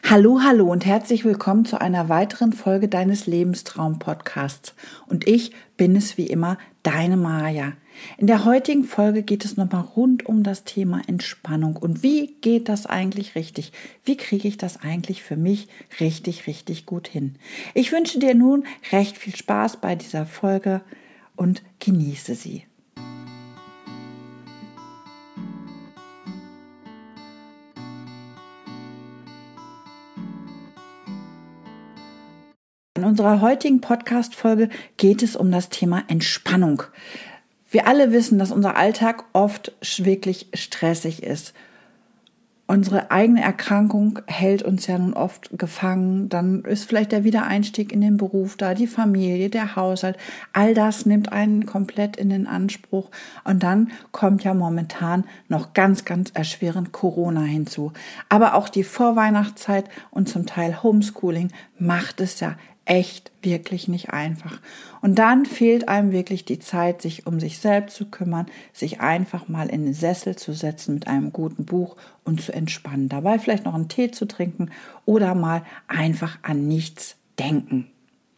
Hallo, hallo und herzlich willkommen zu einer weiteren Folge deines Lebenstraum-Podcasts. Und ich bin es wie immer, deine Maja. In der heutigen Folge geht es nochmal rund um das Thema Entspannung. Und wie geht das eigentlich richtig? Wie kriege ich das eigentlich für mich richtig, richtig gut hin? Ich wünsche dir nun recht viel Spaß bei dieser Folge und genieße sie. In unserer heutigen Podcast-Folge geht es um das Thema Entspannung. Wir alle wissen, dass unser Alltag oft wirklich stressig ist. Unsere eigene Erkrankung hält uns ja nun oft gefangen. Dann ist vielleicht der Wiedereinstieg in den Beruf da, die Familie, der Haushalt. All das nimmt einen komplett in den Anspruch. Und dann kommt ja momentan noch ganz, ganz erschwerend Corona hinzu. Aber auch die Vorweihnachtszeit und zum Teil Homeschooling macht es ja echt wirklich nicht einfach. Und dann fehlt einem wirklich die Zeit, sich um sich selbst zu kümmern, sich einfach mal in den Sessel zu setzen mit einem guten Buch und zu entspannen. Dabei vielleicht noch einen Tee zu trinken oder mal einfach an nichts denken.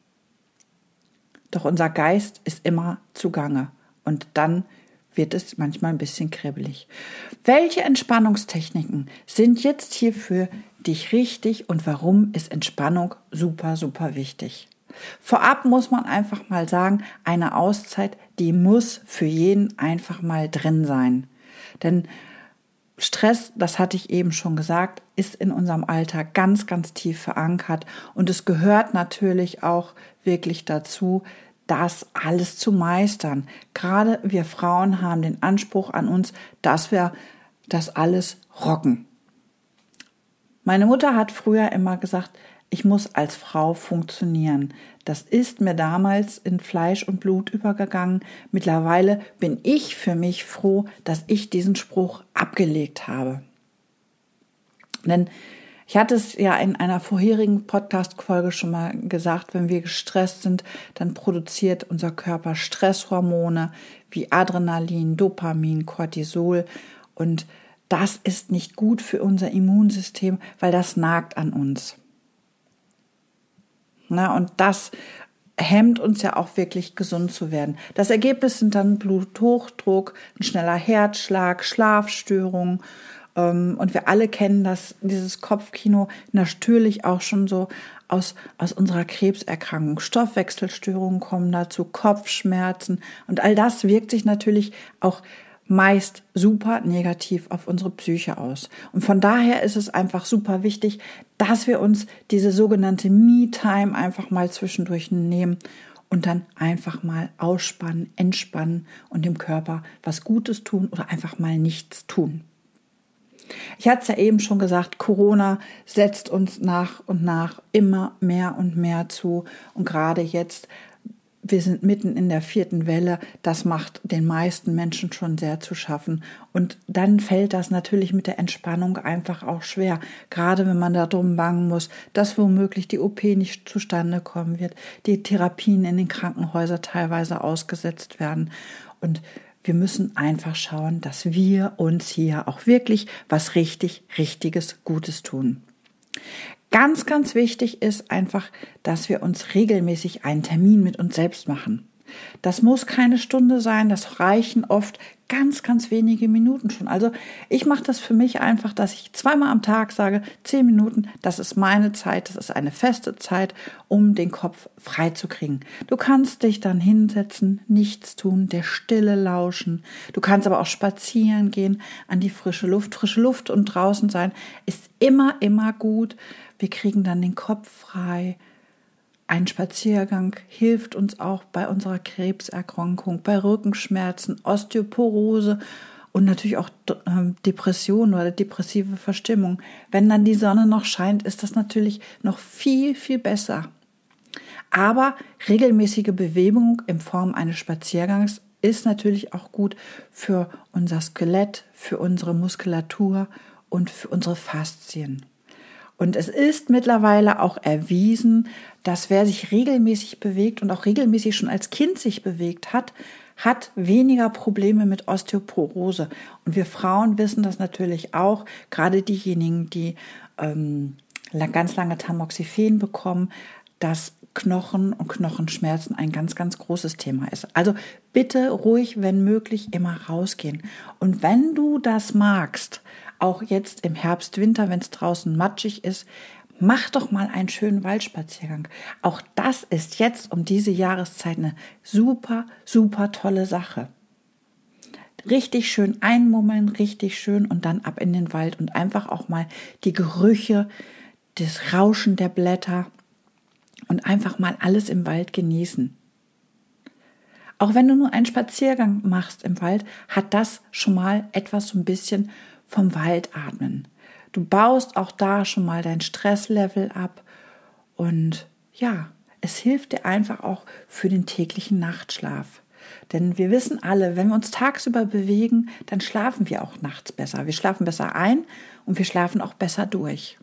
Doch unser Geist ist immer zugange und dann wird es manchmal ein bisschen kribbelig. Welche Entspannungstechniken sind jetzt hier für dich richtig und warum ist Entspannung super, super wichtig? Vorab muss man einfach mal sagen, eine Auszeit, die muss für jeden einfach mal drin sein. Denn Stress, das hatte ich eben schon gesagt, ist in unserem Alltag ganz, ganz tief verankert und es gehört natürlich auch wirklich dazu, das alles zu meistern. Gerade wir Frauen haben den Anspruch an uns, dass wir das alles rocken. Meine Mutter hat früher immer gesagt, ich muss als Frau funktionieren. Das ist mir damals in Fleisch und Blut übergegangen. Mittlerweile bin ich für mich froh, dass ich diesen Spruch abgelegt habe. Denn ich hatte es ja in einer vorherigen Podcast-Folge schon mal gesagt, wenn wir gestresst sind, dann produziert unser Körper Stresshormone wie Adrenalin, Dopamin, Cortisol und das ist nicht gut für unser Immunsystem, weil das nagt an uns. Und das hemmt uns ja auch wirklich gesund zu werden. Das Ergebnis sind dann Bluthochdruck, ein schneller Herzschlag, Schlafstörungen. Und wir alle kennen dieses Kopfkino natürlich auch schon so aus unserer Krebserkrankung. Stoffwechselstörungen kommen dazu, Kopfschmerzen und all das wirkt sich natürlich auch meist super negativ auf unsere Psyche aus. Und von daher ist es einfach super wichtig, dass wir uns diese sogenannte Me-Time einfach mal zwischendurch nehmen und dann einfach mal ausspannen, entspannen und dem Körper was Gutes tun oder einfach mal nichts tun. Ich hatte es ja eben schon gesagt, Corona setzt uns nach und nach immer mehr und mehr zu. Und gerade jetzt, wir sind mitten in der 4. Welle, das macht den meisten Menschen schon sehr zu schaffen. Und dann fällt das natürlich mit der Entspannung einfach auch schwer. Gerade wenn man darum bangen muss, dass womöglich die OP nicht zustande kommen wird, die Therapien in den Krankenhäusern teilweise ausgesetzt werden. Und wir müssen einfach schauen, dass wir uns hier auch wirklich was Richtiges, Gutes tun. Ganz, ganz wichtig ist einfach, dass wir uns regelmäßig einen Termin mit uns selbst machen. Das muss keine Stunde sein, das reichen oft ganz, ganz wenige Minuten schon. Also ich mache das für mich einfach, dass ich 2-mal am Tag sage, 10 Minuten, das ist meine Zeit, das ist eine feste Zeit, um den Kopf frei zu kriegen. Du kannst dich dann hinsetzen, nichts tun, der Stille lauschen. Du kannst aber auch spazieren gehen, an die frische Luft. Frische Luft und draußen sein ist immer, immer gut. Wir kriegen dann den Kopf frei. Ein Spaziergang hilft uns auch bei unserer Krebserkrankung, bei Rückenschmerzen, Osteoporose und natürlich auch Depressionen oder depressive Verstimmung. Wenn dann die Sonne noch scheint, ist das natürlich noch viel, viel besser. Aber regelmäßige Bewegung in Form eines Spaziergangs ist natürlich auch gut für unser Skelett, für unsere Muskulatur und für unsere Faszien. Und es ist mittlerweile auch erwiesen, dass wer sich regelmäßig bewegt und auch regelmäßig schon als Kind sich bewegt hat, hat weniger Probleme mit Osteoporose. Und wir Frauen wissen das natürlich auch, gerade diejenigen, die ganz lange Tamoxifen bekommen, dass Knochen und Knochenschmerzen ein ganz, ganz großes Thema ist. Also bitte ruhig, wenn möglich, immer rausgehen. Und wenn du das magst, auch jetzt im Herbst, Winter, wenn es draußen matschig ist, mach doch mal einen schönen Waldspaziergang. Auch das ist jetzt um diese Jahreszeit eine super, super tolle Sache. Richtig schön einmummeln, richtig schön und dann ab in den Wald und einfach auch mal die Gerüche, das Rauschen der Blätter und einfach mal alles im Wald genießen. Auch wenn du nur einen Spaziergang machst im Wald, hat das schon mal etwas so ein bisschen vom Waldatmen. Du baust auch da schon mal dein Stresslevel ab und ja, es hilft dir einfach auch für den täglichen Nachtschlaf. Denn wir wissen alle, wenn wir uns tagsüber bewegen, dann schlafen wir auch nachts besser. Wir schlafen besser ein und wir schlafen auch besser durch.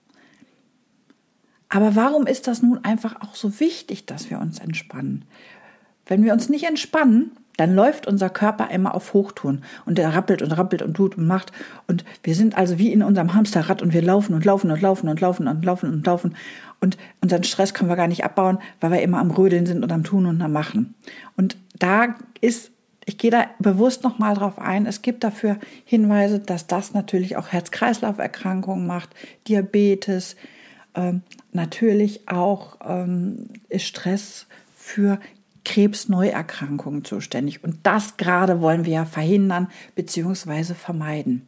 Aber warum ist das nun einfach auch so wichtig, dass wir uns entspannen? Wenn wir uns nicht entspannen, dann läuft unser Körper immer auf Hochtouren und er rappelt und tut und macht. Und wir sind also wie in unserem Hamsterrad und wir laufen und laufen und laufen und laufen und laufen und laufen. Und unseren Stress können wir gar nicht abbauen, weil wir immer am Rödeln sind und am Tun und am Machen. Und ich gehe da bewusst nochmal drauf ein, es gibt dafür Hinweise, dass das natürlich auch Herz-Kreislauf-Erkrankungen macht, Diabetes, natürlich auch ist Stress für Krebsneuerkrankungen zuständig. Und das gerade wollen wir ja verhindern bzw. vermeiden.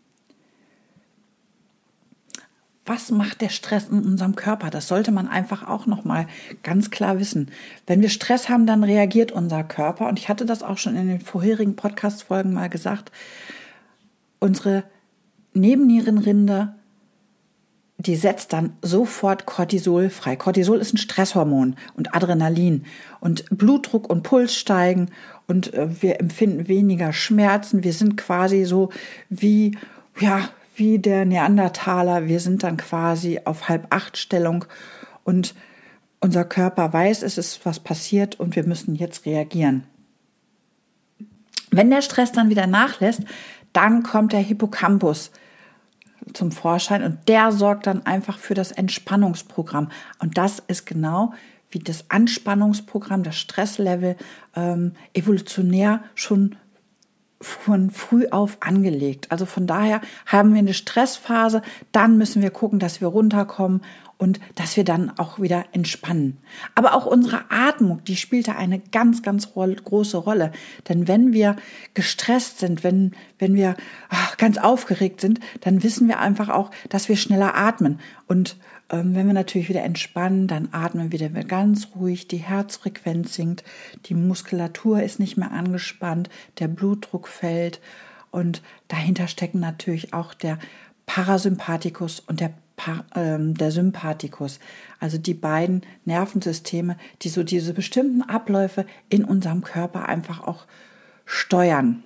Was macht der Stress in unserem Körper? Das sollte man einfach auch nochmal ganz klar wissen. Wenn wir Stress haben, dann reagiert unser Körper. Und ich hatte das auch schon in den vorherigen Podcast-Folgen mal gesagt. Unsere Nebennierenrinde, die setzt dann sofort Cortisol frei. Cortisol ist ein Stresshormon und Adrenalin und Blutdruck und Puls steigen und wir empfinden weniger Schmerzen. Wir sind quasi so wie der Neandertaler. Wir sind dann quasi auf 7:30 und unser Körper weiß, es ist was passiert und wir müssen jetzt reagieren. Wenn der Stress dann wieder nachlässt, dann kommt der Hippocampus zum Vorschein und der sorgt dann einfach für das Entspannungsprogramm. Und das ist genau wie das Anspannungsprogramm, das Stresslevel evolutionär schon von früh auf angelegt. Also von daher haben wir eine Stressphase, dann müssen wir gucken, dass wir runterkommen und dass wir dann auch wieder entspannen. Aber auch unsere Atmung, die spielt da eine ganz, ganz große Rolle. Denn wenn wir gestresst sind, wenn wir ganz aufgeregt sind, dann wissen wir einfach auch, dass wir schneller atmen. Und wenn wir natürlich wieder entspannen, dann atmen wir wieder ganz ruhig, die Herzfrequenz sinkt, die Muskulatur ist nicht mehr angespannt, der Blutdruck fällt und dahinter stecken natürlich auch der Parasympathikus und der Sympathikus, also die beiden Nervensysteme, die so diese bestimmten Abläufe in unserem Körper einfach auch steuern.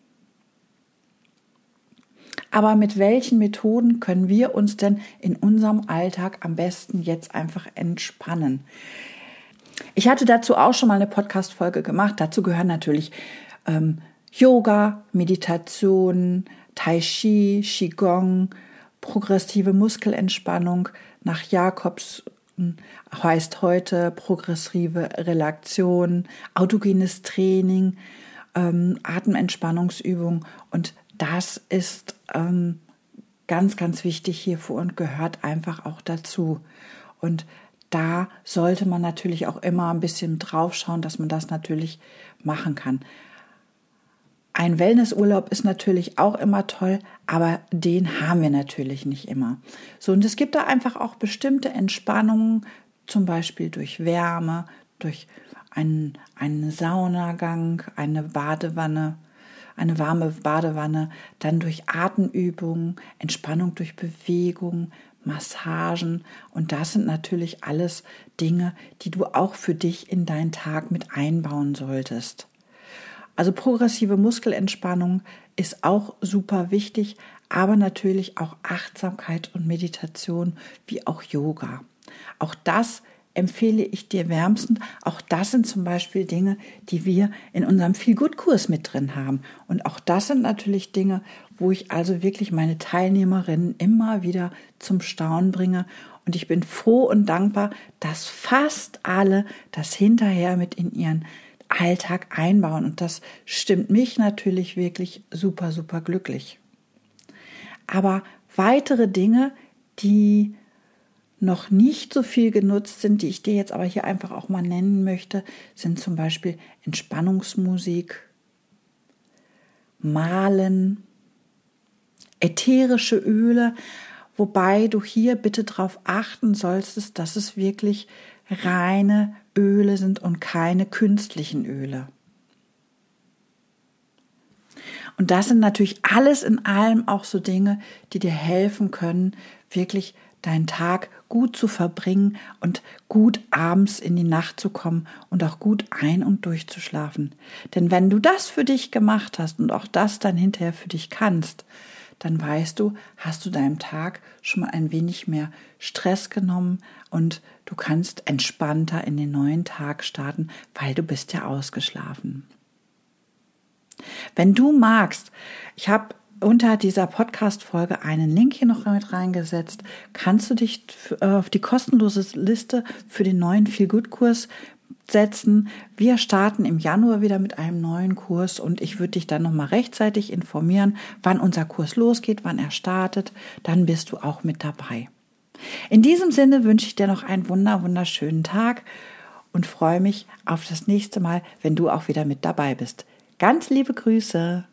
Aber mit welchen Methoden können wir uns denn in unserem Alltag am besten jetzt einfach entspannen? Ich hatte dazu auch schon mal eine Podcast-Folge gemacht. Dazu gehören natürlich Yoga, Meditation, Tai Chi, Qigong, progressive Muskelentspannung. Nach Jacobs heißt heute progressive Relaktion, autogenes Training, Atementspannungsübung und das ist ganz, ganz wichtig hierfür und gehört einfach auch dazu. Und da sollte man natürlich auch immer ein bisschen drauf schauen, dass man das natürlich machen kann. Ein Wellnessurlaub ist natürlich auch immer toll, aber den haben wir natürlich nicht immer. So, und es gibt da einfach auch bestimmte Entspannungen, zum Beispiel durch Wärme, durch einen Saunagang, eine warme Badewanne, dann durch Atemübungen, Entspannung durch Bewegung, Massagen und das sind natürlich alles Dinge, die du auch für dich in deinen Tag mit einbauen solltest. Also progressive Muskelentspannung ist auch super wichtig, aber natürlich auch Achtsamkeit und Meditation wie auch Yoga. Auch das empfehle ich dir wärmstens. Auch das sind zum Beispiel Dinge, die wir in unserem Feel-Good-Kurs mit drin haben. Und auch das sind natürlich Dinge, wo ich also wirklich meine Teilnehmerinnen immer wieder zum Staunen bringe. Und ich bin froh und dankbar, dass fast alle das hinterher mit in ihren Alltag einbauen. Und das stimmt mich natürlich wirklich super, super glücklich. Aber weitere Dinge, die noch nicht so viel genutzt sind, die ich dir jetzt aber hier einfach auch mal nennen möchte, sind zum Beispiel Entspannungsmusik, Malen, ätherische Öle, wobei du hier bitte darauf achten solltest, dass es wirklich reine Öle sind und keine künstlichen Öle. Und das sind natürlich alles in allem auch so Dinge, die dir helfen können, wirklich deinen Tag gut zu verbringen und gut abends in die Nacht zu kommen und auch gut ein- und durchzuschlafen. Denn wenn du das für dich gemacht hast und auch das dann hinterher für dich kannst, dann weißt du, hast du deinem Tag schon mal ein wenig mehr Stress genommen und du kannst entspannter in den neuen Tag starten, weil du bist ja ausgeschlafen. Wenn du magst, ich habe unter dieser Podcast-Folge einen Link hier noch mit reingesetzt, kannst du dich auf die kostenlose Liste für den neuen Feel-Good-Kurs setzen. Wir starten im Januar wieder mit einem neuen Kurs und ich würde dich dann nochmal rechtzeitig informieren, wann unser Kurs losgeht, wann er startet. Dann bist du auch mit dabei. In diesem Sinne wünsche ich dir noch einen wunderschönen Tag und freue mich auf das nächste Mal, wenn du auch wieder mit dabei bist. Ganz liebe Grüße.